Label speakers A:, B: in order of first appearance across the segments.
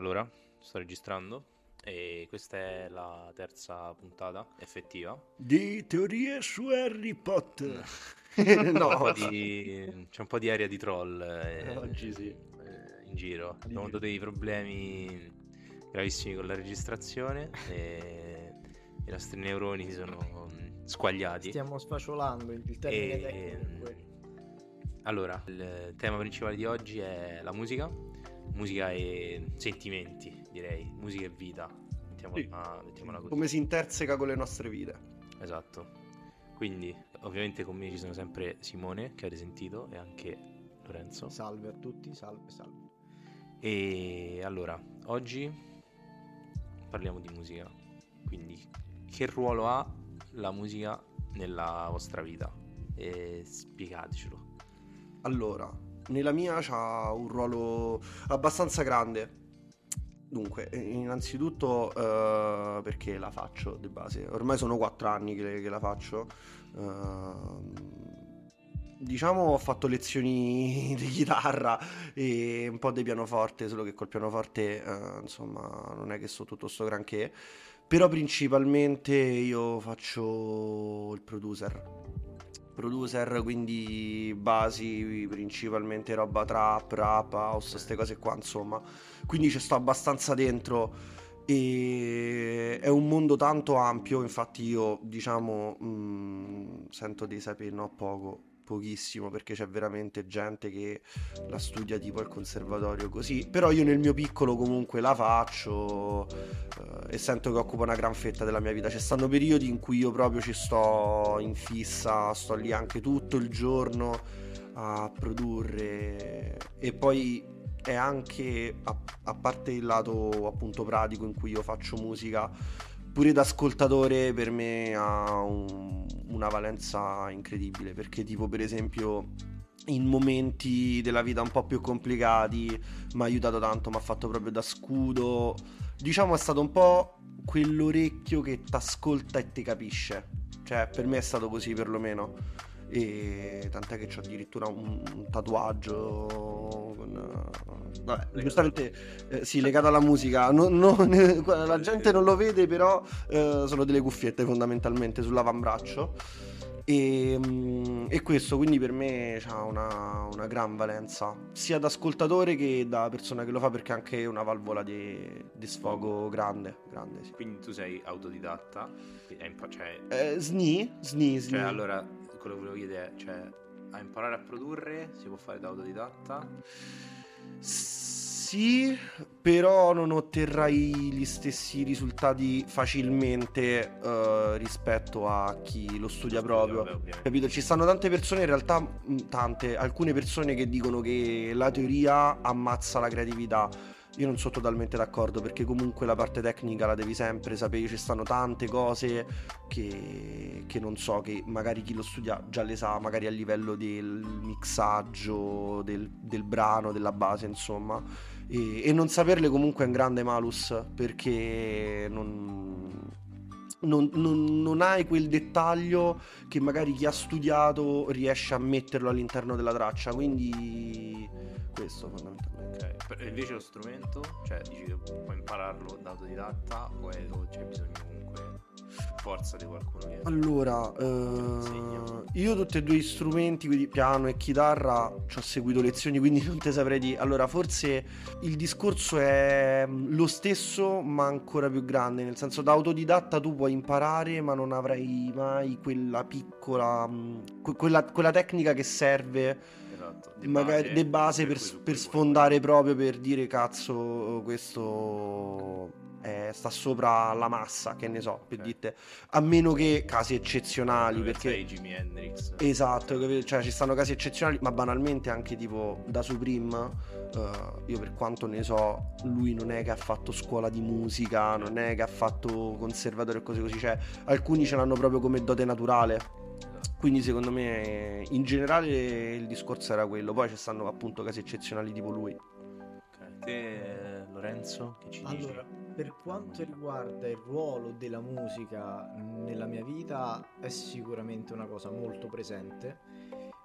A: Allora, sto registrando e questa è la terza puntata effettiva.
B: Di teorie su Harry
A: Mm.
B: Potter.
A: Un po'
B: No,
A: c'è un po' di aria di troll
B: oggi sì.
A: in giro.
B: Di
A: Abbiamo avuto
B: più.
A: dei problemi gravissimi con la registrazione e i nostri neuroni si sono squagliati.
C: Stiamo sfacciolando, il termine
A: E
C: tecnico è quello.
A: allora, il tema principale di oggi è la musica e sentimenti, direi, musica e vita.
B: Sì.
A: Mettiamola così.
B: Come si interseca con le nostre vite.
A: Esatto. Quindi, ovviamente con me ci sono sempre Simone, che avete sentito, e anche Lorenzo.
C: Salve a tutti, salve, salve.
A: E allora, oggi parliamo di musica. Quindi, che ruolo ha la musica nella vostra vita? E spiegatecelo.
B: Allora, nella mia c'ha un ruolo abbastanza grande. Dunque, innanzitutto perché la faccio di base. Ormai sono 4 anni che la faccio. Diciamo ho fatto lezioni di chitarra e un po' di pianoforte, solo che col pianoforte insomma non è che so tutto sto granché. Però principalmente io faccio il producer, quindi basi, principalmente roba trap, rap, house, queste cose qua, insomma. Quindi ci sto abbastanza dentro e è un mondo tanto ampio, infatti io, diciamo, sento di sapere no, pochissimo, perché c'è veramente gente che la studia tipo al conservatorio così, però io nel mio piccolo comunque la faccio e sento che occupa una gran fetta della mia vita. Ci stanno periodi in cui io proprio ci sto in fissa, sto lì anche tutto il giorno a produrre e poi è anche a parte il lato appunto pratico in cui io faccio musica, pure da ascoltatore per me ha una valenza incredibile, perché tipo per esempio in momenti della vita un po' più complicati mi ha aiutato tanto, mi ha fatto proprio da scudo. Diciamo è stato un po' quell'orecchio che t'ascolta e ti capisce. Cioè, per me è stato così perlomeno. E tant'è che c'ho addirittura un tatuaggio con, vabbè, giustamente sì, legato alla musica. La gente non lo vede, però sono delle cuffiette fondamentalmente sull'avambraccio. E questo quindi per me ha una gran valenza, sia da ascoltatore che da persona che lo fa, perché è anche una valvola di sfogo grande, grande, sì.
A: Quindi tu sei autodidatta,
B: Sni.
A: allora quello che volevo chiedere è, cioè, a imparare a produrre si può fare da autodidatta?
B: Sì, però non otterrai gli stessi risultati facilmente rispetto a chi lo studia proprio.
A: Vabbè, ovviamente.
B: Capito? Ci stanno tante persone, in realtà alcune persone che dicono che la teoria ammazza la creatività. Io non sono totalmente d'accordo, perché comunque la parte tecnica la devi sempre sapere, ci stanno tante cose che non so, che magari chi lo studia già le sa, magari a livello del mixaggio, del brano, della base, insomma. E non saperle comunque è un grande malus, perché non hai quel dettaglio che magari chi ha studiato riesce a metterlo all'interno della traccia, quindi questo fondamentalmente.
A: Ok, invece lo strumento, cioè dici che puoi impararlo da autodidatta o c'è bisogno comunque forza di qualcuno che
B: Allora,
A: insegna?
B: io tutti e due gli strumenti, quindi piano e chitarra, ci ho seguito lezioni, quindi non te saprei dire. Allora, forse il discorso è lo stesso, ma ancora più grande, nel senso da autodidatta tu puoi imparare, ma non avrai mai quella piccola, quella tecnica che serve
A: Esatto, di
B: magari
A: base,
B: de base
A: per cui su
B: per
A: cui puoi
B: sfondare
A: lavorare.
B: proprio, per dire cazzo questo sta sopra la massa, che ne so, per
A: Ok,
B: dite, a meno che casi
A: a
B: eccezionali,
A: meno che
B: perché
A: sei Jimi Hendrix.
B: esatto, capito? Cioè ci stanno casi eccezionali, ma banalmente anche tipo da Supreme, io per quanto ne so, lui non è che ha fatto scuola di musica, non è che ha fatto conservatorio e cose così, cioè alcuni ce l'hanno proprio come dote naturale.
A: Esatto.
B: Quindi secondo me in generale il discorso era quello, poi ci stanno appunto casi eccezionali tipo lui.
A: Ok, te Lorenzo, che ci dici?
C: Allora, per
A: La
C: quanto
A: musica.
C: riguarda il ruolo della musica nella mia vita, è sicuramente una cosa molto presente,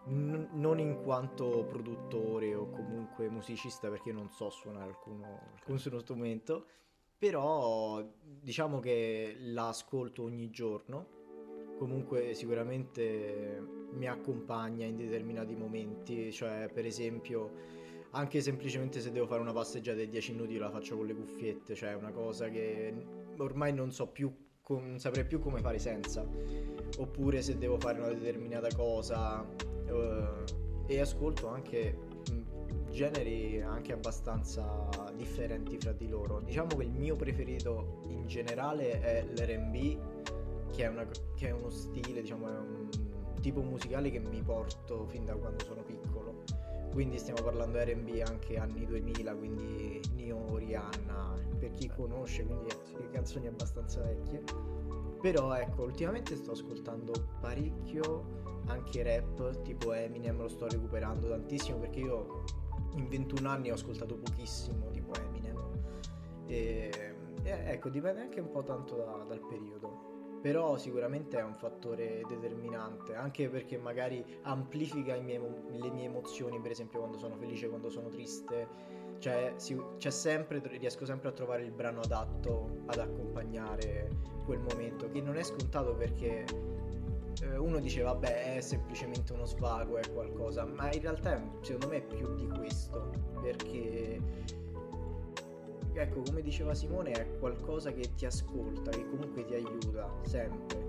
C: non in quanto produttore o comunque musicista, perché non so suonare alcun strumento, però diciamo che la ascolto ogni giorno. Comunque sicuramente mi accompagna in determinati momenti, cioè per esempio anche semplicemente se devo fare una passeggiata di 10 minuti la faccio con le cuffiette, cioè è una cosa che ormai non so più, non saprei più come fare senza. Oppure se devo fare una determinata cosa e ascolto anche generi anche abbastanza differenti fra di loro. Diciamo che il mio preferito in generale è l'R&B, che è uno stile, diciamo, è un tipo musicale che mi porto fin da quando sono piccolo. Quindi stiamo parlando R&B anche anni 2000, quindi Nio, Rihanna, per chi conosce, quindi canzoni abbastanza vecchie. Però ecco, ultimamente sto ascoltando parecchio anche rap, tipo Eminem, lo sto recuperando tantissimo perché io in 21 anni ho ascoltato pochissimo tipo Eminem. E ecco, dipende anche un po' tanto dal periodo. Però sicuramente è un fattore determinante, anche perché magari amplifica le mie emozioni, per esempio quando sono felice, quando sono triste, cioè c'è sempre, riesco sempre a trovare il brano adatto ad accompagnare quel momento, che non è scontato perché uno dice vabbè è semplicemente uno svago, è qualcosa, ma in realtà secondo me è più di questo, perché ecco, come diceva Simone, è qualcosa che ti ascolta, che comunque ti aiuta sempre.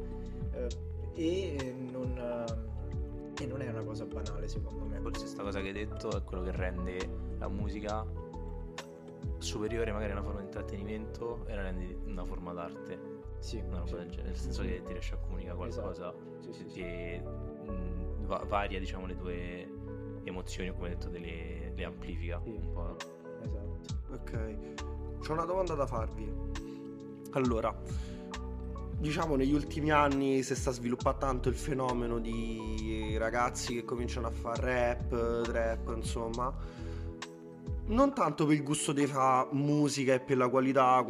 C: E non è una cosa banale, secondo me.
A: Forse questa cosa che hai detto è quello che rende la musica superiore magari a una forma di intrattenimento e la rende una forma d'arte.
C: Sì,
A: una roba del genere, nel senso che ti riesce a comunicare qualcosa che varia, diciamo, le tue emozioni, come hai detto, le amplifica un po'.
C: Esatto.
B: Ok, c'ho una domanda da farvi. Allora, diciamo negli ultimi anni si sta sviluppando tanto il fenomeno di ragazzi che cominciano a fare rap, trap, insomma, non tanto per il gusto di fare musica e per la qualità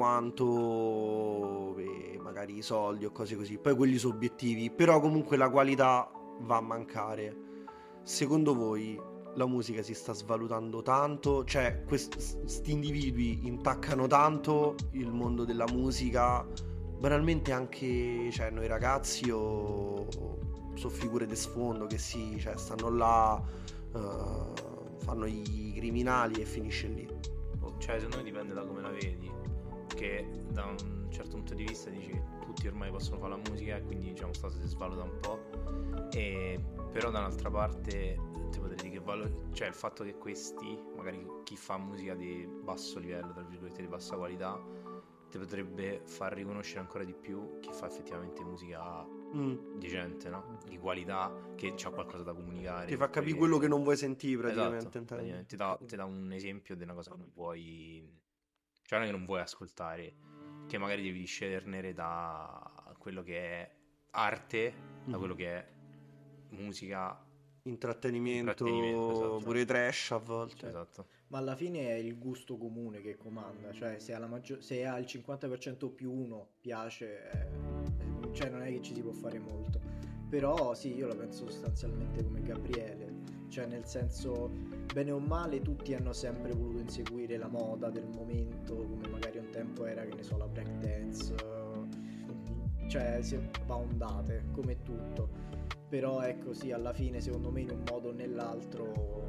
B: quanto per magari i soldi o cose così, poi quelli sono obiettivi, però comunque la qualità va a mancare. Secondo voi la musica si sta svalutando tanto? Cioè questi individui intaccano tanto il mondo della musica, banalmente anche, cioè, noi ragazzi o sono figure di sfondo che sì, cioè, stanno là, fanno i criminali e finisce lì.
A: Cioè, secondo me dipende da come la vedi, che da un certo punto di vista dici che tutti ormai possono fare la musica e quindi diciamo sta si svaluta un po', e però da un'altra parte ti potrei dire che cioè il fatto che questi, magari chi fa musica di basso livello, tra virgolette, di bassa qualità, ti potrebbe far riconoscere ancora di più chi fa effettivamente musica decente, no? Di qualità, che c'ha qualcosa da comunicare.
B: Ti fa capire quello che non vuoi sentire praticamente.
A: Esatto, praticamente. Ti dà un esempio di una cosa che non vuoi, cioè non è che non vuoi ascoltare, che magari devi discernere da quello che è arte, da quello che è musica,
B: intrattenimento,
A: esatto.
B: pure trash a volte.
A: Esatto.
C: Ma alla fine è il gusto comune che comanda, cioè se al 50% più uno piace, cioè non è che ci si può fare molto. Però sì, io la penso sostanzialmente come Gabriele, cioè nel senso, bene o male tutti hanno sempre voluto inseguire la moda del momento, come magari un tempo era, che ne so, la breakdance, cioè si va a ondate come tutto. Però ecco sì, alla fine secondo me in un modo o nell'altro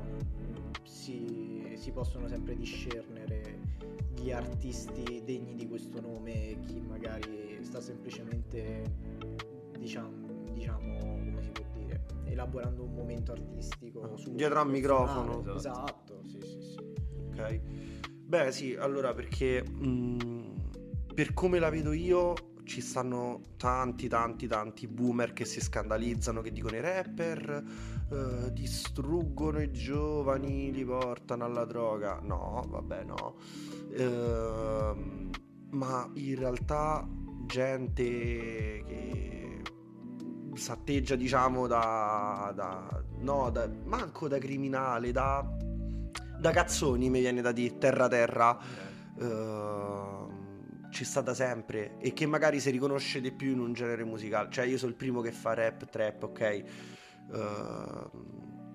C: si possono sempre discernere gli artisti degni di questo nome e chi magari sta semplicemente diciamo come si può dire, elaborando un momento artistico
B: dietro al microfono.
C: Esatto, sì.
B: Ok, beh sì, allora perché per come la vedo io ci stanno tanti boomer che si scandalizzano, che dicono i rapper distruggono i giovani, li portano alla droga. No, vabbè, no. Ma in realtà gente che s'atteggia, diciamo, manco da criminale, da cazzoni, mi viene da dire, terra. Ci sta da sempre e che magari si riconosce di più in un genere musicale. Cioè io sono il primo che fa rap, trap, ok,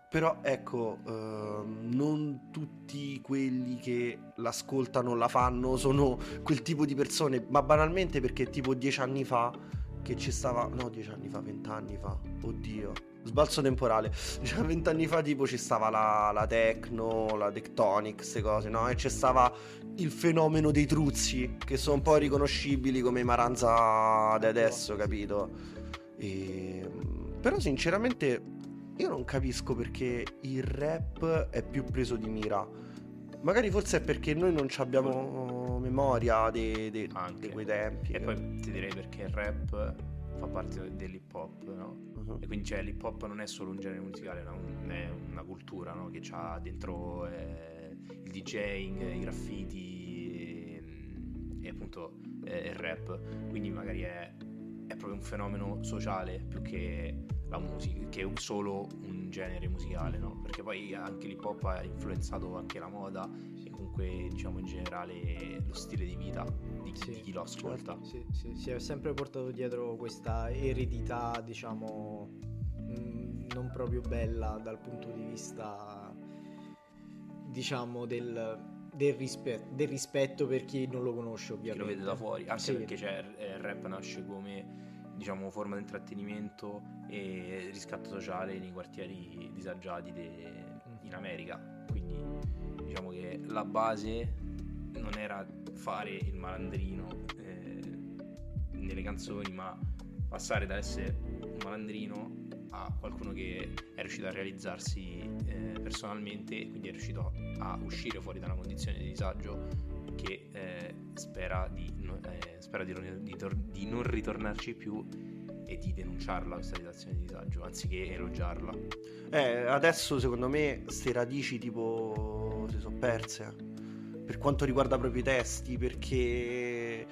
B: Però ecco, non tutti quelli che l'ascoltano, la fanno, sono quel tipo di persone, ma banalmente perché tipo 10 anni fa che ci stava, no 10 anni fa, 20 anni fa, oddio, sbalzo temporale, cioè 20 anni fa tipo ci stava la techno, la tectonic, queste cose, no? E c'è stava il fenomeno dei truzzi, che sono un po' riconoscibili come i Maranza di adesso, capito? E... però sinceramente io non capisco perché il rap è più preso di mira. Magari forse è perché noi non ci abbiamo memoria di
A: Anche.
B: quei tempi.
A: E poi ti direi perché il rap fa parte dell'hip hop, no?
B: Uh-huh.
A: E quindi cioè, l'hip hop non è solo un genere musicale, no? È una cultura, no? Che ha dentro il DJing, i graffiti e appunto il rap. Quindi magari è proprio un fenomeno sociale più che la musica, che è solo un genere musicale, no? Perché poi anche l'hip hop ha influenzato anche la moda e comunque diciamo in generale lo stile di vita di chi lo ascolta.
C: Sì, si è sempre portato dietro questa eredità, diciamo, non proprio bella dal punto di vista, diciamo, del rispetto per chi non lo conosce, ovviamente.
A: Chi lo vede da fuori, anche
C: sì,
A: perché il rap nasce come diciamo forma di intrattenimento e riscatto sociale nei quartieri disagiati in America. Quindi diciamo che la base non era fare il malandrino nelle canzoni, ma passare da essere un malandrino a qualcuno che è riuscito a realizzarsi personalmente e quindi è riuscito a uscire fuori da una condizione di disagio che spera di non ritornarci più e di denunciarla questa situazione di disagio anziché elogiarla.
B: Adesso secondo me ste radici tipo si sono perse per quanto riguarda proprio i testi, perché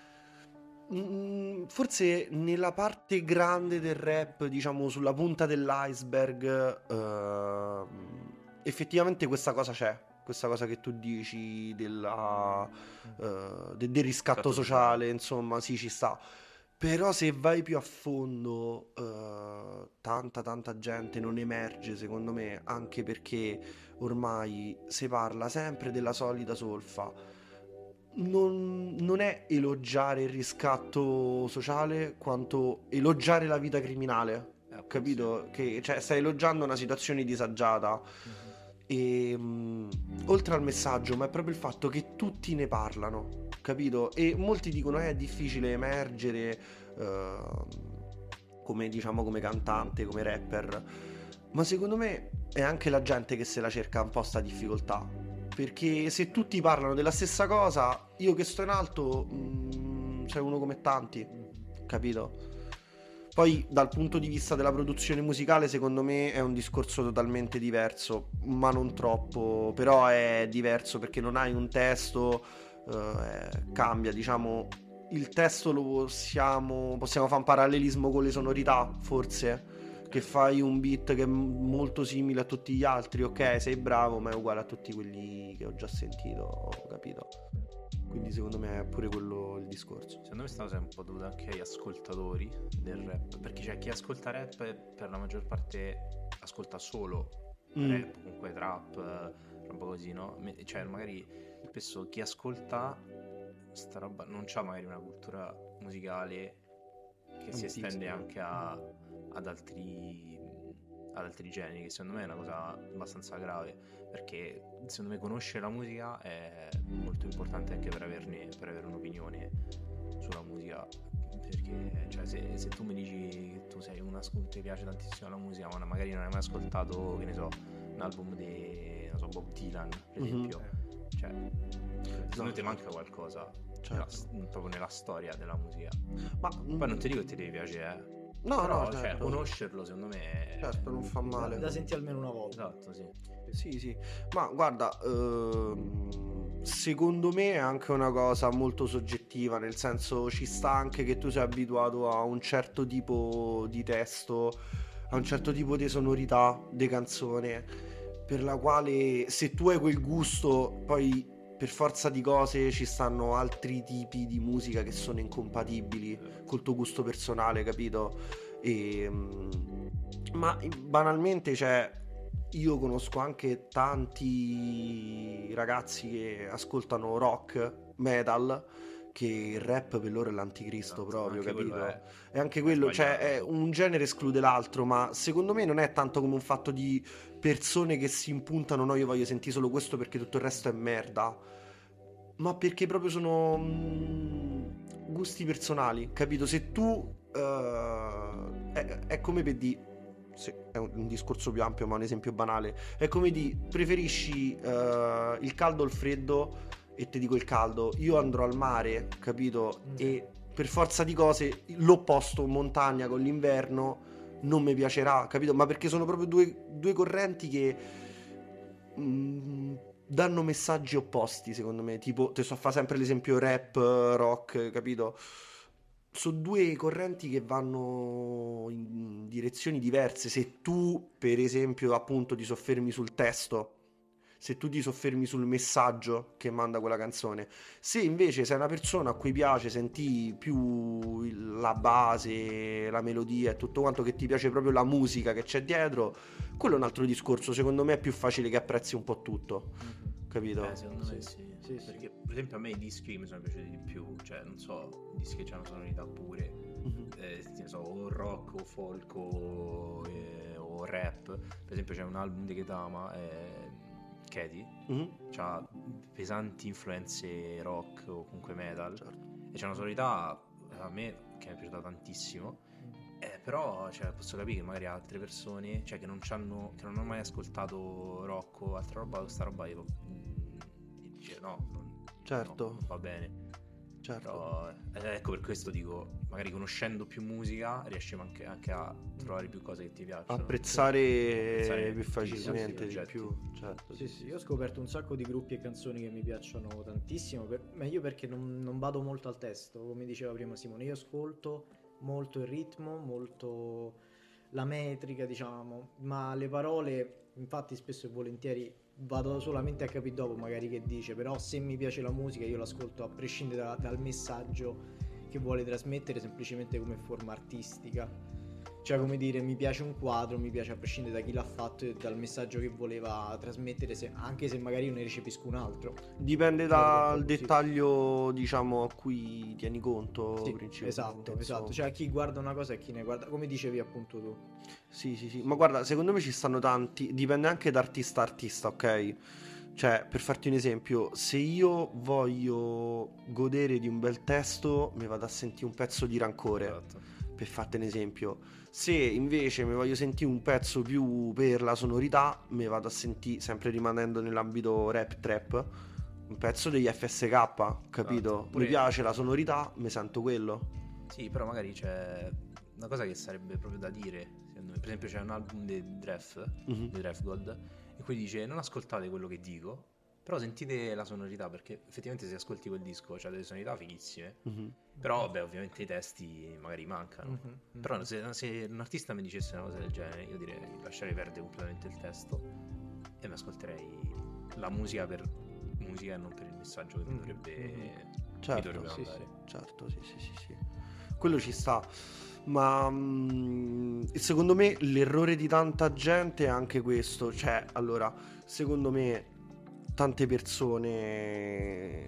B: forse nella parte grande del rap, diciamo sulla punta dell'iceberg, effettivamente questa cosa c'è. Questa cosa che tu dici del riscatto sociale, insomma, sì, ci sta. Però se vai più a fondo, tanta gente non emerge, secondo me, anche perché ormai si parla sempre della solita solfa. Non è elogiare il riscatto sociale quanto elogiare la vita criminale, capito? Che, cioè, stai elogiando una situazione disagiata. E oltre al messaggio, ma è proprio il fatto che tutti ne parlano, capito? E molti dicono è difficile emergere come, diciamo, come cantante, come rapper, ma secondo me è anche la gente che se la cerca un po' sta difficoltà, perché se tutti parlano della stessa cosa, io che sto in alto sei uno come tanti, capito? Poi dal punto di vista della produzione musicale secondo me è un discorso totalmente diverso, ma non troppo, però è diverso perché non hai un testo, cambia, diciamo, il testo lo possiamo fare un parallelismo con le sonorità, forse, che fai un beat che è molto simile a tutti gli altri, ok, sei bravo, ma è uguale a tutti quelli che ho già sentito, ho capito. Quindi secondo me è pure quello il discorso.
A: Secondo me sta cosa è un po' dovuta anche agli ascoltatori del rap, perché c'è chi ascolta rap per la maggior parte ascolta solo rap, comunque trap, roba così, no? Cioè magari spesso chi ascolta sta roba non c'ha magari una cultura musicale che si estende anche ad altri generi, che secondo me è una cosa abbastanza grave, perché secondo me conoscere la musica è molto importante anche per avere un'opinione sulla musica, perché cioè, se tu mi dici che tu sei ti piace tantissimo la musica ma magari non hai mai ascoltato, che ne so, un album di Bob Dylan per esempio, cioè secondo me ti manca qualcosa, proprio nella storia della musica. Ma poi non ti dico che ti devi piacere,
B: no,
A: però,
B: certo.
A: cioè, conoscerlo secondo me
B: certo non fa male,
C: da sentire almeno una volta.
A: Esatto,
B: sì. Ma guarda, secondo me è anche una cosa molto soggettiva, nel senso ci sta anche che tu sei abituato a un certo tipo di testo, a un certo tipo di sonorità di canzone, per la quale se tu hai quel gusto poi per forza di cose ci stanno altri tipi di musica che sono incompatibili col tuo gusto personale, capito? Ma banalmente, cioè, io conosco anche tanti ragazzi che ascoltano rock, metal, che il rap per loro è l'anticristo
A: Esatto,
B: proprio,
A: anche quello
B: capito?
A: è
B: E anche quello, cioè,
A: sbagliato.
B: un genere esclude l'altro, ma secondo me non è tanto come un fatto di persone che si impuntano, no, io voglio sentire solo questo perché tutto il resto è merda, ma perché proprio sono gusti personali, capito? Se tu è come per di sì, è un discorso più ampio, ma un esempio banale. È come di preferisci il caldo o il freddo, e ti dico il caldo. Io andrò al mare, capito? E per forza di cose l'opposto, montagna con l'inverno, non mi piacerà, capito? Ma perché sono proprio due correnti che danno messaggi opposti, secondo me. Tipo, te so fa sempre l'esempio rap, rock, capito? Sono due correnti che vanno in direzioni diverse. Se tu, per esempio, appunto, ti soffermi sul testo, se tu ti soffermi sul messaggio che manda quella canzone, se invece sei una persona a cui piace senti più la base, la melodia e tutto quanto, che ti piace proprio la musica che c'è dietro, quello è un altro discorso. Secondo me è più facile che apprezzi un po' tutto, capito?
A: Secondo me sì.
C: Sì, sì.
A: Perché per esempio a me i dischi mi sono piaciuti di più, cioè non so, dischi che hanno sonorità pure, ne so, o rock o folk o rap. Per esempio c'è un album di Ketama, Katy, c'ha pesanti influenze rock o comunque metal,
B: Certo.
A: e c'è una sonorità a me che mi è piaciuta tantissimo. Però cioè, posso capire che magari altre persone, cioè che non hanno mai ascoltato rock o altra roba, questa roba io dice no,
B: Certo.
A: non va bene.
B: Certo.
A: Però ecco, per questo dico, magari conoscendo più musica riesci anche a trovare più cose che ti piacciono.
B: Apprezzare più
A: tutti
B: facilmente
A: questi
B: di più. Certo.
C: Sì, sì, io ho scoperto un sacco di gruppi e canzoni che mi piacciono tantissimo, ma io perché non vado molto al testo, come diceva prima Simone, io ascolto molto il ritmo, molto la metrica, diciamo, ma le parole, infatti spesso e volentieri vado solamente a capire dopo magari che dice, però se mi piace la musica io l'ascolto a prescindere dal messaggio che vuole trasmettere, semplicemente come forma artistica. Cioè, come dire, mi piace un quadro, mi piace a prescindere da chi l'ha fatto e dal messaggio che voleva trasmettere, anche se magari io ne recepisco un altro.
B: Dipende
C: Vado un po'
B: dal
C: così.
B: dettaglio, diciamo, a cui tieni conto,
C: Sì,
B: principalmente.
C: esatto, esatto.
B: insomma.
C: Cioè, chi guarda una cosa e chi ne guarda, come dicevi appunto tu.
B: Sì. Ma guarda, secondo me ci stanno tanti. Dipende anche da artista a artista, ok? Cioè, per farti un esempio, se io voglio godere di un bel testo, mi vado a sentire un pezzo di Rancore.
A: Esatto.
B: Per farti un esempio. Se invece mi voglio sentire un pezzo più per la sonorità, mi vado a sentire, sempre rimanendo nell'ambito rap trap, un pezzo degli FSK, capito?
A: Esatto. Pure-
B: Mi piace la sonorità, mi sento quello.
A: Sì, però magari c'è una cosa che sarebbe proprio da dire, secondo me. Per esempio c'è un album di Dref, di Dref Gold, in cui dice non ascoltate quello che dico, però sentite la sonorità, perché effettivamente se ascolti quel disco c'ha delle sonorità fighissime, però vabbè, ovviamente i testi magari mancano. Però se un artista mi dicesse una cosa del genere, io direi lasciare perdere completamente il testo e mi ascolterei la musica per musica e non per il messaggio che mi dovrebbe
B: Certo,
A: mandare.
B: certo, sì. Quello ci sta. Ma secondo me l'errore di tanta gente è anche questo. Cioè, allora, secondo me tante persone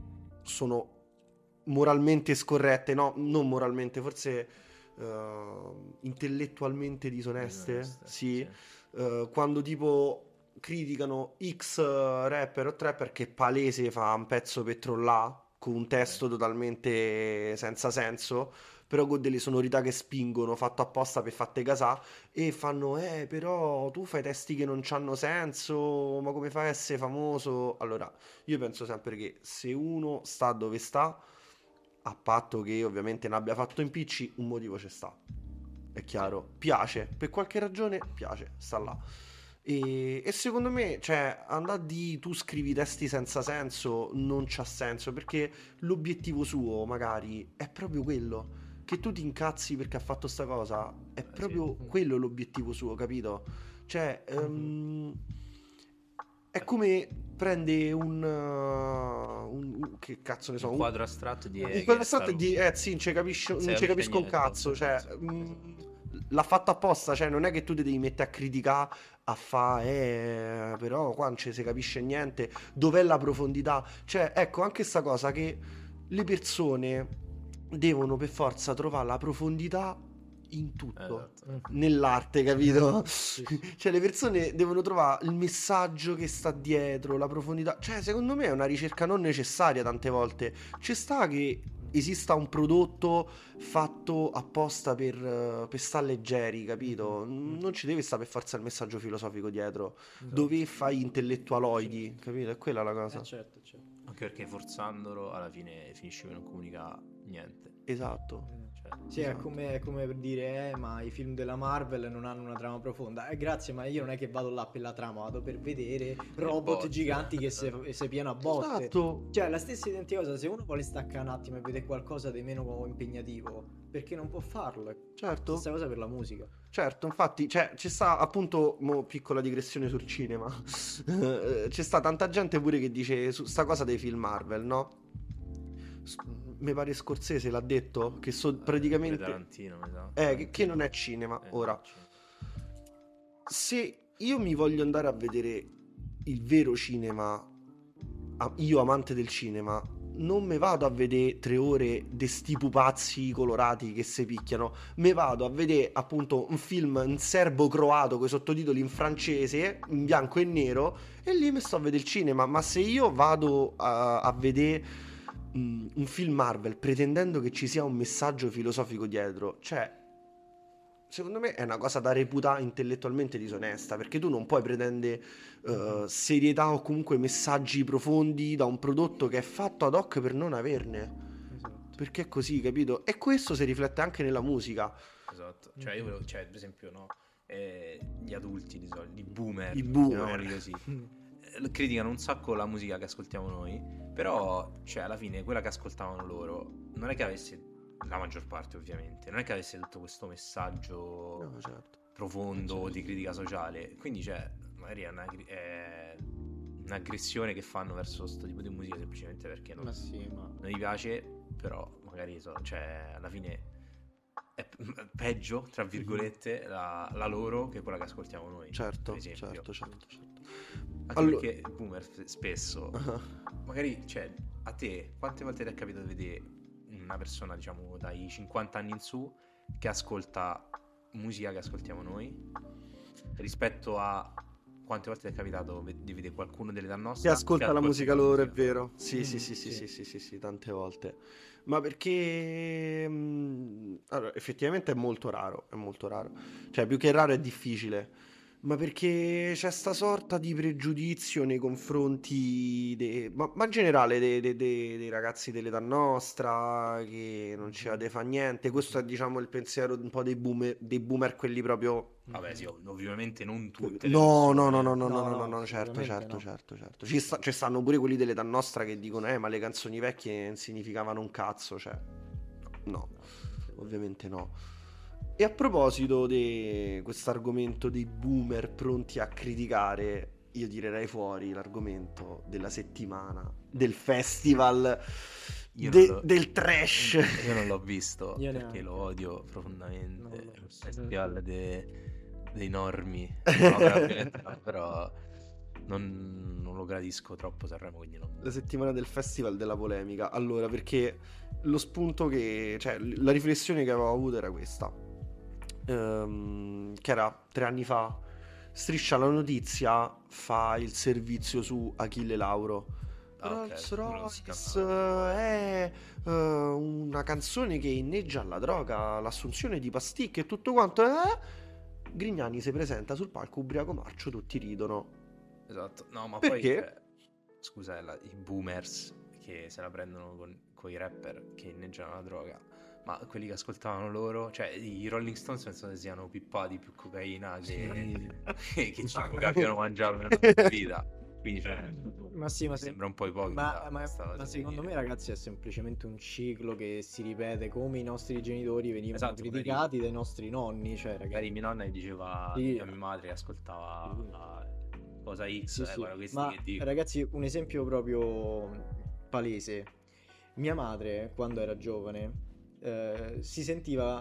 B: sono moralmente scorrette, no, non moralmente, forse intellettualmente disoneste, sì. Quando tipo criticano X rapper o trapper che palese fa un pezzo per trollà con un testo totalmente senza senso, però con delle sonorità che spingono, fatto apposta per fatte casà, e fanno però tu fai testi che non c'hanno senso, ma come fai a essere famoso? Allora, io penso sempre che se uno sta dove sta, a patto che ovviamente ne abbia fatto impicci, un motivo c'è sta. È chiaro, piace, per qualche ragione piace, sta là. E secondo me, cioè, andare di tu scrivi testi senza senso non c'ha senso, perché l'obiettivo suo magari è proprio quello. Che tu ti incazzi perché ha fatto sta cosa, è proprio quello l'obiettivo suo, capito? Cioè, è come prende che cazzo ne so,
A: un quadro astratto di
B: un quadro astratto di sì, non ci capisco un cazzo, cioè l'ha fatto apposta, cioè non è che tu ti devi mettere a criticare, a fare, però qua non ci si capisce niente, dov'è la profondità? Cioè, ecco, anche sta cosa che le persone devono per forza trovare la profondità in tutto,
A: Esatto.
B: nell'arte, capito?
C: Sì, sì.
B: Cioè, le persone devono trovare il messaggio che sta dietro, la profondità. Cioè, secondo me è una ricerca non necessaria tante volte. Ci sta che esista un prodotto fatto apposta per stare leggeri, capito? Non ci deve stare per forza il messaggio filosofico dietro, dove fai gli intellettualoidi, capito? È quella la cosa.
C: Certo, certo.
A: Anche perché forzandolo alla fine finisci per non comunicare niente.
B: Esatto.
A: Cioè,
C: Sì,
B: Esatto.
C: è come per dire, ma i film della Marvel non hanno una trama profonda. Grazie, ma io non è che vado là per la trama, vado per vedere robot
A: botte.
C: giganti che si piano a botte.
B: Esatto.
C: Cioè, la stessa identica cosa, se uno vuole staccare un attimo e vedere qualcosa di meno impegnativo, perché non può farlo?
B: Certo.
C: Stessa cosa per la musica.
B: Certo, infatti, cioè, ci sta appunto, piccola digressione sul cinema, c'è sta tanta gente pure che dice su sta cosa dei film Marvel, no? Mi pare Scorsese l'ha detto, che so praticamente...
A: Tarantino, mi sa.
B: che non è cinema, ora.
A: non è cinema.
B: Se io mi voglio andare a vedere il vero cinema, io amante del cinema, non me vado a vedere 3 ore di sti pupazzi colorati che si picchiano, me vado a vedere appunto un film in serbo-croato con i sottotitoli in francese, in bianco e nero, e lì mi sto a vedere il cinema. Ma se io vado a vedere un film Marvel pretendendo che ci sia un messaggio filosofico dietro, cioè secondo me è una cosa da reputare intellettualmente disonesta, perché tu non puoi pretendere serietà o comunque messaggi profondi da un prodotto che è fatto ad hoc per non averne,
C: Esatto.
B: perché è così, capito? E questo si riflette anche nella musica.
A: Esatto. Cioè, io volevo, cioè, per esempio, no, gli adulti di solito, i boomer,
B: I boomer.
A: chiamiamoli così, criticano un sacco la musica che ascoltiamo noi, però, cioè, alla fine quella che ascoltavano loro non è che avesse, la maggior parte ovviamente, non è che avesse tutto questo messaggio
B: No, certo.
A: profondo di critica sociale, quindi, cioè, magari è un'aggressione che fanno verso questo tipo di musica semplicemente perché non,
C: Ma sì, ma...
A: non gli piace, però magari cioè, alla fine è peggio, tra virgolette, la loro che quella che ascoltiamo noi.
B: Certo,
A: per esempio.
B: certo.
A: Anche
B: Allora-
A: perché il boomer spesso, magari, cioè, a te, quante volte ti è capitato di vedere una persona, diciamo, dai 50 anni in su che ascolta musica che ascoltiamo noi rispetto a quante volte ti è capitato di vedere qualcuno dell'età
B: Che
A: nostra
B: ascolta la musica loro, è
A: musica?
B: vero. Sì,
C: Sì.
B: sì, tante volte. Ma perché allora, effettivamente è molto raro, Cioè, più che raro è difficile. Ma perché c'è sta sorta di pregiudizio nei confronti ma in generale dei ragazzi dell'età nostra che non ci vede fa niente. Questo è, diciamo, il pensiero un po' dei boomer quelli proprio.
A: Vabbè, sì, ovviamente non tutte le
B: No,
A: persone.
B: certo.
C: assolutamente no.
B: Ci stanno pure quelli dell'età nostra che dicono, ma le canzoni vecchie non significavano un cazzo, cioè. No, ovviamente no. E a proposito di questo argomento dei boomer pronti a criticare, io tirerei fuori l'argomento della settimana, del festival
A: Io non lo-
B: del trash.
A: Io non l'ho visto
C: Io
A: perché
C: neanche.
A: lo odio
C: Non
A: profondamente.
C: l'ho
A: Il
C: visto.
A: festival dei normi. No, veramente no, però non lo gradisco troppo Sanremo, quindi no.
B: La settimana del festival della polemica. Allora, perché lo spunto cioè, la riflessione che avevo avuto era questa. Che era 3 anni fa. Striscia la Notizia fa il servizio su Achille Lauro.
A: Ah, ok,
B: Rolls
A: quello è un
B: Royce
A: scandalo.
B: è una canzone che inneggia alla droga, l'assunzione di pasticche e tutto quanto. Grignani si presenta sul palco ubriaco marcio, tutti ridono.
A: Esatto. No, ma
B: Perché?
A: poi, cioè, scusa, i boomers che se la prendono con i rapper che inneggiano la droga. Ma quelli che ascoltavano loro, cioè i Rolling Stones penso che siano pippati più cocaina che ci abbiano mangiato nella loro vita. Quindi, cioè,
C: Ma sì,
A: mi sembra un po'
C: ma
A: ipocrita questa cosa
C: ma
A: di
C: secondo me,
A: dire.
C: ragazzi, è semplicemente un ciclo che si ripete, come i nostri genitori venivano
A: Esatto,
C: criticati dai nostri nonni, cioè, ragazzi.
A: Magari mia nonna gli diceva
C: Sì.
A: a mia madre che ascoltava cosa X,
C: Sì, sì.
A: guarda questi
C: Ma
A: che dicono.
C: ragazzi, un esempio proprio palese. Mia madre, quando era giovane, si sentiva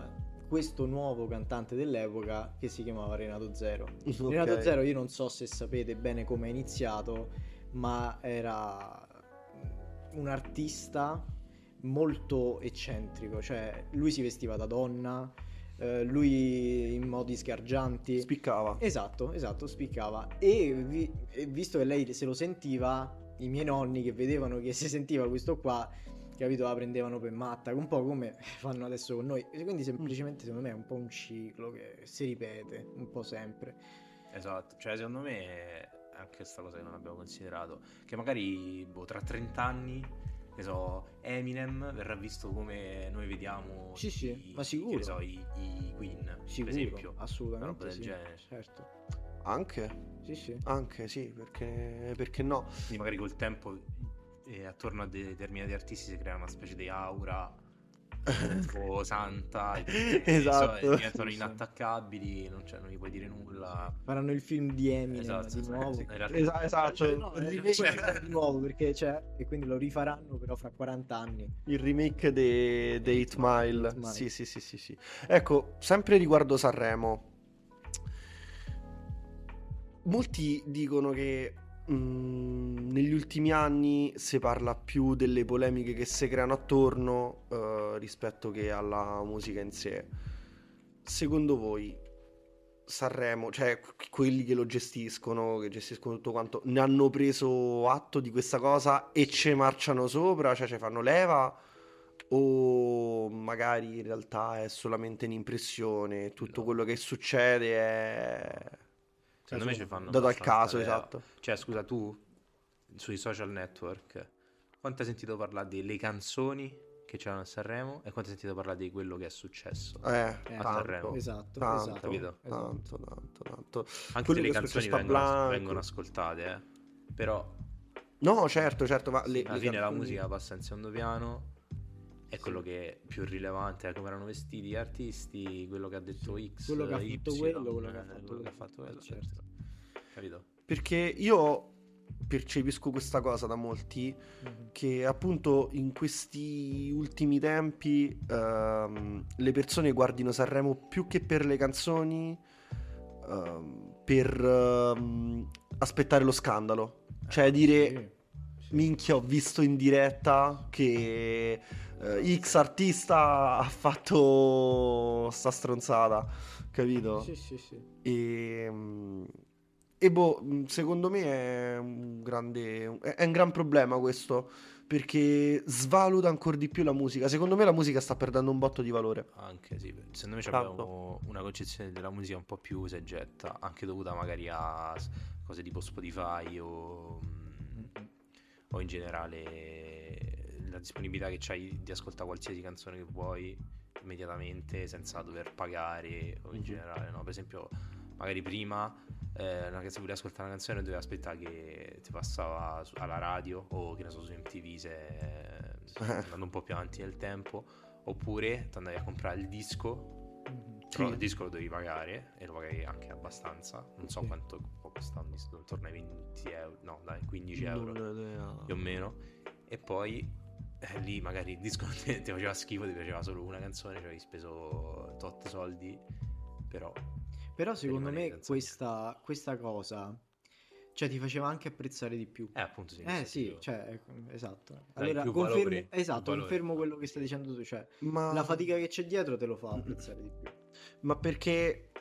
C: questo nuovo cantante dell'epoca che si chiamava Renato Zero.
B: Ok.
C: Renato Zero, io non so se sapete bene come è iniziato, ma era un artista molto eccentrico, cioè lui si vestiva da donna, lui in modi sgargianti.
B: Spiccava.
C: Esatto, spiccava. E visto che lei se lo sentiva, i miei nonni che vedevano che si sentiva questo qua, capito, la prendevano per matta, un po' come fanno adesso con noi. E quindi semplicemente secondo me è un po' un ciclo che si ripete un po' sempre.
A: Esatto, cioè secondo me anche questa cosa che non abbiamo considerato, che magari tra 30 anni, che so, Eminem verrà visto come noi vediamo
C: Sì, ma sicuro.
A: che ne so, i Queen,
C: Sicuro,
A: per esempio, una
C: assolutamente
A: roba del
C: sì,
A: genere.
C: certo.
B: Anche
C: Sì.
B: sì, perché no?
A: Quindi magari col tempo attorno a determinati artisti si crea una specie di aura tipo santa,
B: Esatto.
A: diventano
C: Sì.
A: inattaccabili, non gli puoi dire nulla.
C: Faranno il film di Eminem
A: Esatto,
C: di nuovo.
A: in realtà-
B: Esatto.
C: Cioè, no,
B: Il
C: il
B: remake-
C: di nuovo perché c'è, e quindi lo rifaranno però fra 40 anni.
B: Il remake dei 8 Mile.
C: 8 Mile.
B: Sì. Ecco, sempre riguardo Sanremo. Molti dicono che negli ultimi anni si parla più delle polemiche che si creano attorno rispetto che alla musica in sé. Secondo voi Sanremo, cioè quelli che lo gestiscono, che gestiscono tutto quanto, ne hanno preso atto di questa cosa e ci marciano sopra, cioè ci fanno leva? O magari in realtà è solamente un'impressione, tutto
A: No.
B: quello che succede è
A: Secondo me ci fanno
B: dato al
A: abbastanza
B: caso,
A: leva.
B: esatto.
A: Cioè, scusa, tu sui social network quanto hai sentito parlare delle canzoni che c'erano a Sanremo e quanto hai sentito parlare di quello che è successo?
B: A
A: Sanremo.
B: tanto,
C: Esatto,
B: tanto,
C: esatto,
A: capito?
B: tanto.
A: Anche
B: Quello
A: se le
B: che è
A: canzoni
B: successo a
A: vengono
B: Blanco.
A: ascoltate, però
B: No, certo, ma
A: alla fine la
B: canzoni-
A: musica passa in secondo piano. È quello che è più rilevante, è come erano vestiti gli artisti, quello che ha detto X,
C: quello che ha
A: Y,
C: fatto quello che ha
A: quello che ha fatto quello,
C: certo.
A: capito?
B: Perché io percepisco questa cosa da molti che appunto in questi ultimi tempi le persone guardino Sanremo più che per le canzoni, per aspettare lo scandalo, cioè dire
C: Sì.
B: minchia, ho visto in diretta che X artista ha fatto sta stronzata, capito?
C: Sì.
B: E boh, secondo me è un gran problema questo, perché svaluta ancora di più la musica. Secondo me la musica sta perdendo un botto di valore.
A: Anche sì, secondo me
B: Tanto.
A: abbiamo una concezione della musica un po' più seggetta, anche dovuta magari a cose tipo Spotify o in generale la disponibilità che c'hai di ascoltare qualsiasi canzone che vuoi immediatamente senza dover pagare o in generale, no? Per esempio, magari prima se volevi ascoltare una canzone dovevi aspettare che ti passava alla radio o che ne so su MTV se andando un po' più avanti nel tempo, oppure ti andavi a comprare il disco, però
B: Sì.
A: il disco lo devi pagare e lo paghi anche abbastanza, non so
C: Sì.
A: quanto può costare un disco, intorno ai 20 euro, no dai 15 euro
B: Non ho idea.
A: più o meno, e poi lì magari il disco ti faceva schifo, ti piaceva solo una canzone, cioè hai speso tot soldi, però
C: secondo
A: rimanevi
C: me
A: senza
C: questa cosa, cioè, ti faceva anche apprezzare di più.
A: appunto sì,
C: Sì, cioè, esatto.
A: Dai
C: Allora,
A: più
C: confermo,
A: valore,
C: esatto,
A: più valore.
C: confermo quello che stai dicendo tu, cioè,
B: Ma...
C: la fatica che c'è dietro te lo fa apprezzare di più.
B: Ma perché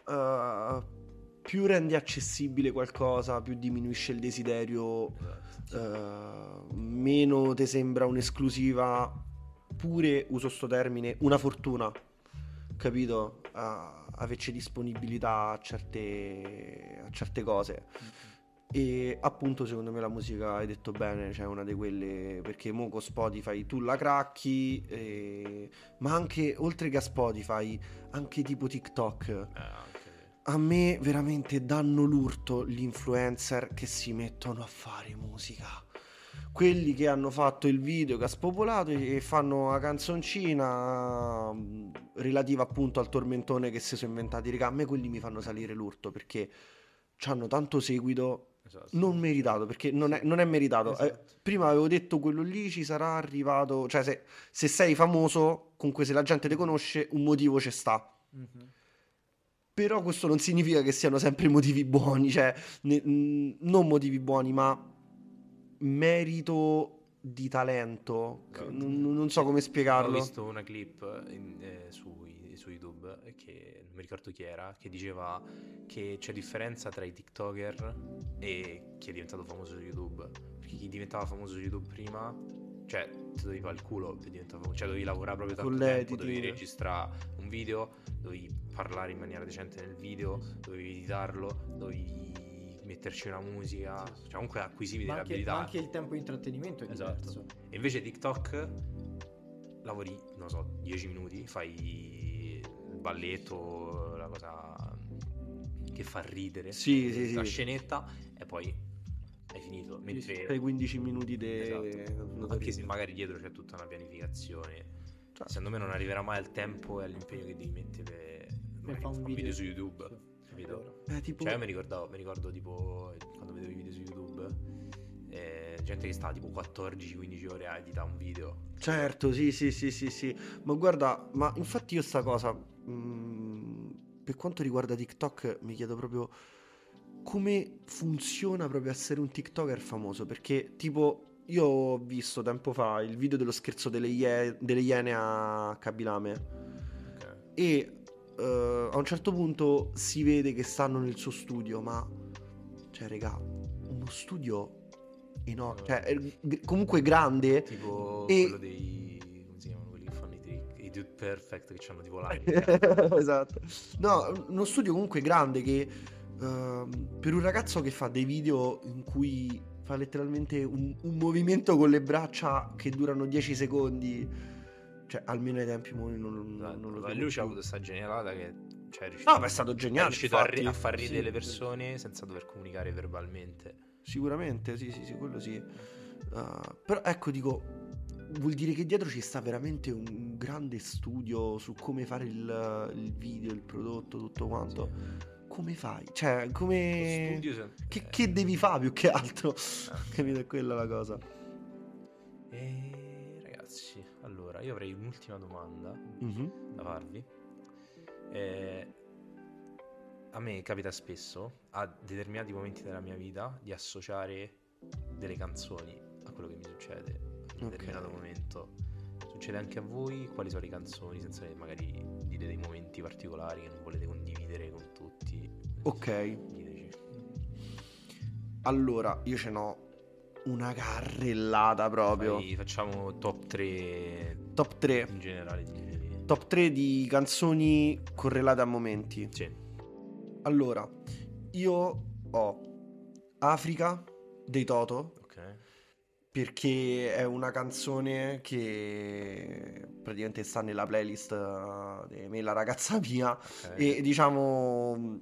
B: più rendi accessibile qualcosa, più diminuisce il desiderio,
A: Esatto.
B: meno ti sembra un'esclusiva, pure, uso sto termine, una fortuna, capito? Averci disponibilità a certe cose. E appunto secondo me la musica, hai detto bene, cioè una di quelle, perché mo con Spotify tu la cracchi, ma anche oltre che a Spotify, anche tipo TikTok.
A: Anche
B: A me veramente danno l'urto gli influencer che si mettono a fare musica. Quelli che hanno fatto il video che ha spopolato e fanno la canzoncina relativa appunto al tormentone che si sono inventati. Raga, a me quelli mi fanno salire l'urto perché hanno tanto seguito
A: esatto.
B: non meritato, perché non è meritato.
C: Esatto.
B: Prima avevo detto quello lì ci sarà arrivato, cioè se sei famoso, comunque se la gente ti conosce, un motivo ci sta.
C: Mhm.
B: Però questo non significa che siano sempre motivi buoni, cioè non motivi buoni, ma merito di talento.
A: Esatto.
B: Non so come
A: Ho
B: spiegarlo.
A: visto una clip su YouTube che non mi ricordo chi era, che diceva che c'è differenza tra i TikToker e chi è diventato famoso su YouTube. Perché chi diventava famoso su YouTube prima, cioè ti dovevi fare il culo per diventare famoso, cioè dovevi lavorare proprio
B: Con
A: tanto tempo,
B: l'editing.
A: dovevi registrare un video, dovevi parlare in maniera decente nel video, dovevi editarlo, dovevi metterci una musica, cioè comunque acquisivi delle
C: Ma
A: abilità.
C: anche il tempo di intrattenimento è
A: Esatto.
C: diverso.
A: E invece TikTok lavori, non so, 10 minuti, fai il balletto, la cosa che fa ridere,
B: Sì,
A: la
B: sì.
A: scenetta, e poi hai finito. Mentre
B: Fai 15 minuti di
A: esatto, anche se magari dietro c'è tutta una pianificazione, secondo me non arriverà mai al tempo e all'impegno che devi mettere
C: Per
A: fare un video su YouTube.
C: Sì,
A: Capito?
B: tipo...
A: Cioè io mi ricordo tipo quando vedevo i video su YouTube, gente che stava tipo 14-15 ore a editare un video.
B: Certo, sì. Ma guarda, ma infatti io sta cosa, per quanto riguarda TikTok, mi chiedo proprio come funziona proprio essere un TikToker famoso. Perché tipo, io ho visto tempo fa il video dello scherzo delle Iene a Kabilame.
A: Ok.
B: E a un certo punto si vede che stanno nel suo studio, ma cioè, regà, uno studio enorme, cioè comunque grande.
A: Tipo
B: E-
A: quello dei, come si chiamano quelli che fanno i trick, i Dude Perfect, che hanno tipo l'anima.
B: Esatto. No, uno studio comunque grande che per un ragazzo che fa dei video in cui fa letteralmente un movimento con le braccia che durano 10 secondi, cioè almeno ai tempi non lo trovo
A: Lui c'ha
B: più.
A: avuto sta genialata che cioè, è riuscito,
B: No, ma è stato
A: è
B: geniale,
A: riuscito
B: infatti.
A: a far ridere
B: Sì,
A: le persone senza dover comunicare verbalmente.
B: sicuramente, sì, quello sì. Però ecco, dico, vuol dire che dietro ci sta veramente un grande studio su come fare il video, il prodotto, tutto quanto.
A: Sì.
B: Come fai? Cioè,
A: Lo
B: come...
A: studio
B: Che devi fare più che altro? Capito? È quella la cosa.
A: E ragazzi, allora io avrei un'ultima domanda
B: Mhm.
A: da farvi. A me capita spesso a determinati momenti della mia vita di associare delle canzoni a quello che mi succede in un determinato momento. Succede anche a voi? Quali sono le canzoni, senza magari dire dei momenti particolari che non volete condividere con tutti?
B: Ok.
A: Diteci.
B: Allora, io ce n'ho una carrellata proprio.
A: Facciamo top 3
B: Top 3.
A: in generale.
B: Top 3 di canzoni correlate a momenti.
A: Sì.
B: Allora, io ho Africa dei Toto.
A: Ok.
B: Perché è una canzone che praticamente sta nella playlist di me e la ragazza mia.
A: Ok.
B: E diciamo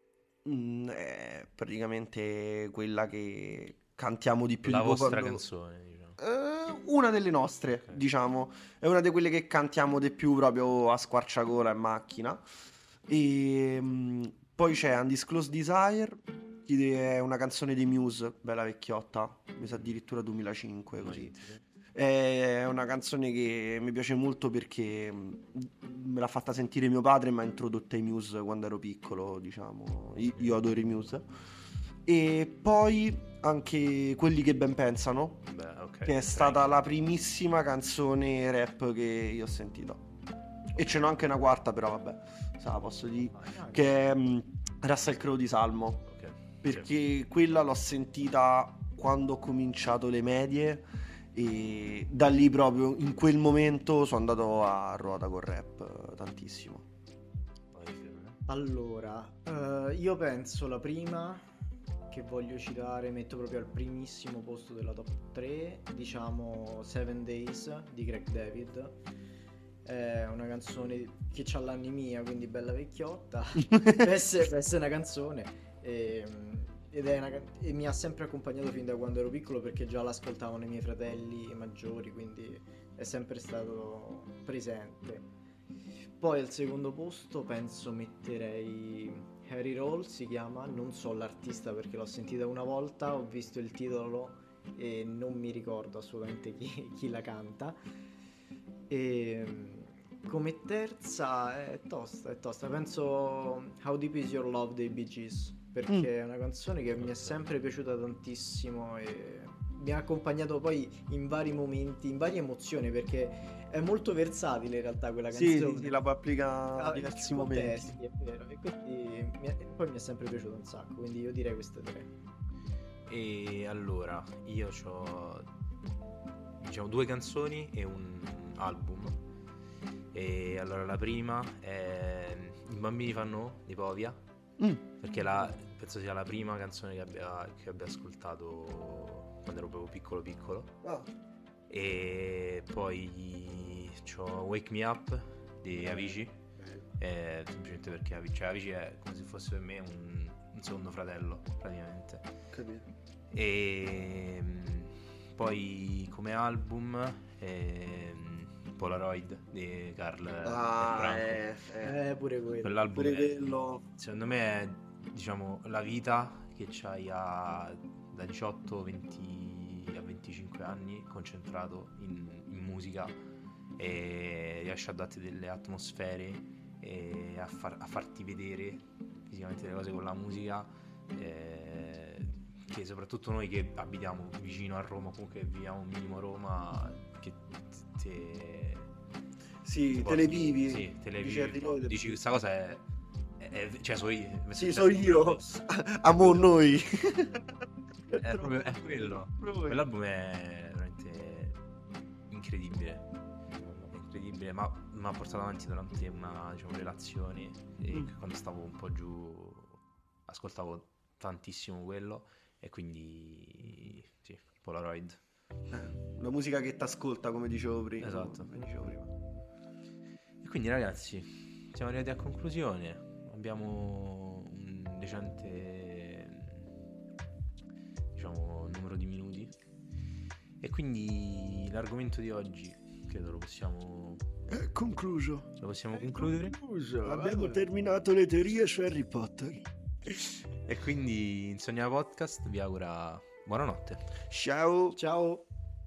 B: è praticamente quella che cantiamo di più
A: La
B: tipo
A: vostra
B: quando...
A: canzone, diciamo.
B: Una delle nostre,
A: Ok.
B: diciamo, è una di quelle che cantiamo di più proprio a squarciagola in macchina. E poi c'è Undisclosed Desire, che è una canzone dei Muse, bella vecchiotta, mi sa addirittura 2005 così. È una canzone che mi piace molto perché me l'ha fatta sentire mio padre e mi ha introdotta ai Muse quando ero piccolo, diciamo. Io adoro i Muse. E poi anche Quelli che ben pensano,
A: Beh, ok.
B: che è stata la primissima canzone rap che io ho sentito. E ce n'ho anche una quarta, però vabbè, se la posso dire, che è Russell Crowe di Salmo.
A: Ok.
B: Perché quella l'ho sentita quando ho cominciato le medie e da lì proprio in quel momento sono andato a ruota col rap tantissimo.
C: Allora, io penso la prima che voglio citare, metto proprio al primissimo posto della top 3, diciamo 7 Days di Greg David. È una canzone che c'ha l'anni mia, quindi bella vecchiotta. per essere una canzone. Ed è e mi ha sempre accompagnato fin da quando ero piccolo, perché già l'ascoltavano i miei fratelli maggiori, quindi è sempre stato presente. Poi al secondo posto penso metterei Harry Roll, si chiama, non so l'artista perché l'ho sentita una volta, ho visto il titolo e non mi ricordo assolutamente chi la canta. E come terza è tosta. Penso How Deep Is Your Love dei Bee Gees, perché è una canzone che mi è sempre piaciuta tantissimo e mi ha accompagnato poi in vari momenti, in varie emozioni, perché è molto versatile in realtà quella canzone.
B: Sì, la puoi applicare a diversi momenti.
C: È vero, e quindi poi mi è sempre piaciuto un sacco, quindi io direi queste tre.
A: E allora, io ho diciamo 2 canzoni e un album. E allora la prima è I bambini fanno di Povia, perché penso sia la prima canzone che abbia ascoltato quando ero proprio piccolo. E poi c'ho Wake Me Up di Avicii, semplicemente perché Avicii è come se fosse per me un secondo fratello praticamente.
B: Capito.
A: E poi come album Polaroid di Carl Franco.
C: Pure quello.
A: Quell'album
B: Pure quello.
A: secondo me è, diciamo, la vita che c'hai da 18 20 a 25 anni concentrato in musica, e riesce a darti delle atmosfere e a farti vedere fisicamente le cose con la musica, che soprattutto noi che abitiamo vicino a Roma, comunque viviamo un minimo a Roma, che
B: te le vivi.
A: Sì, te le vivi. Dici questa cosa è cioè so io.
B: Sì, so io. Amo noi.
A: È quello. Quell'album è veramente incredibile. Ma mi ha portato avanti durante una, diciamo, relazione, e quando stavo un po' giù ascoltavo tantissimo quello, e quindi sì, Polaroid.
B: La musica che ti ascolta, come dicevo prima.
A: Esatto. E quindi ragazzi, siamo arrivati a conclusione. Abbiamo un decente, diciamo, numero di minuti, e quindi l'argomento di oggi credo lo possiamo
B: concluso.
A: Lo possiamo concludere.
B: Abbiamo terminato le teorie su Harry Potter.
A: E quindi Insomnia Podcast vi augura buonanotte.
B: Ciao.
C: Ciao.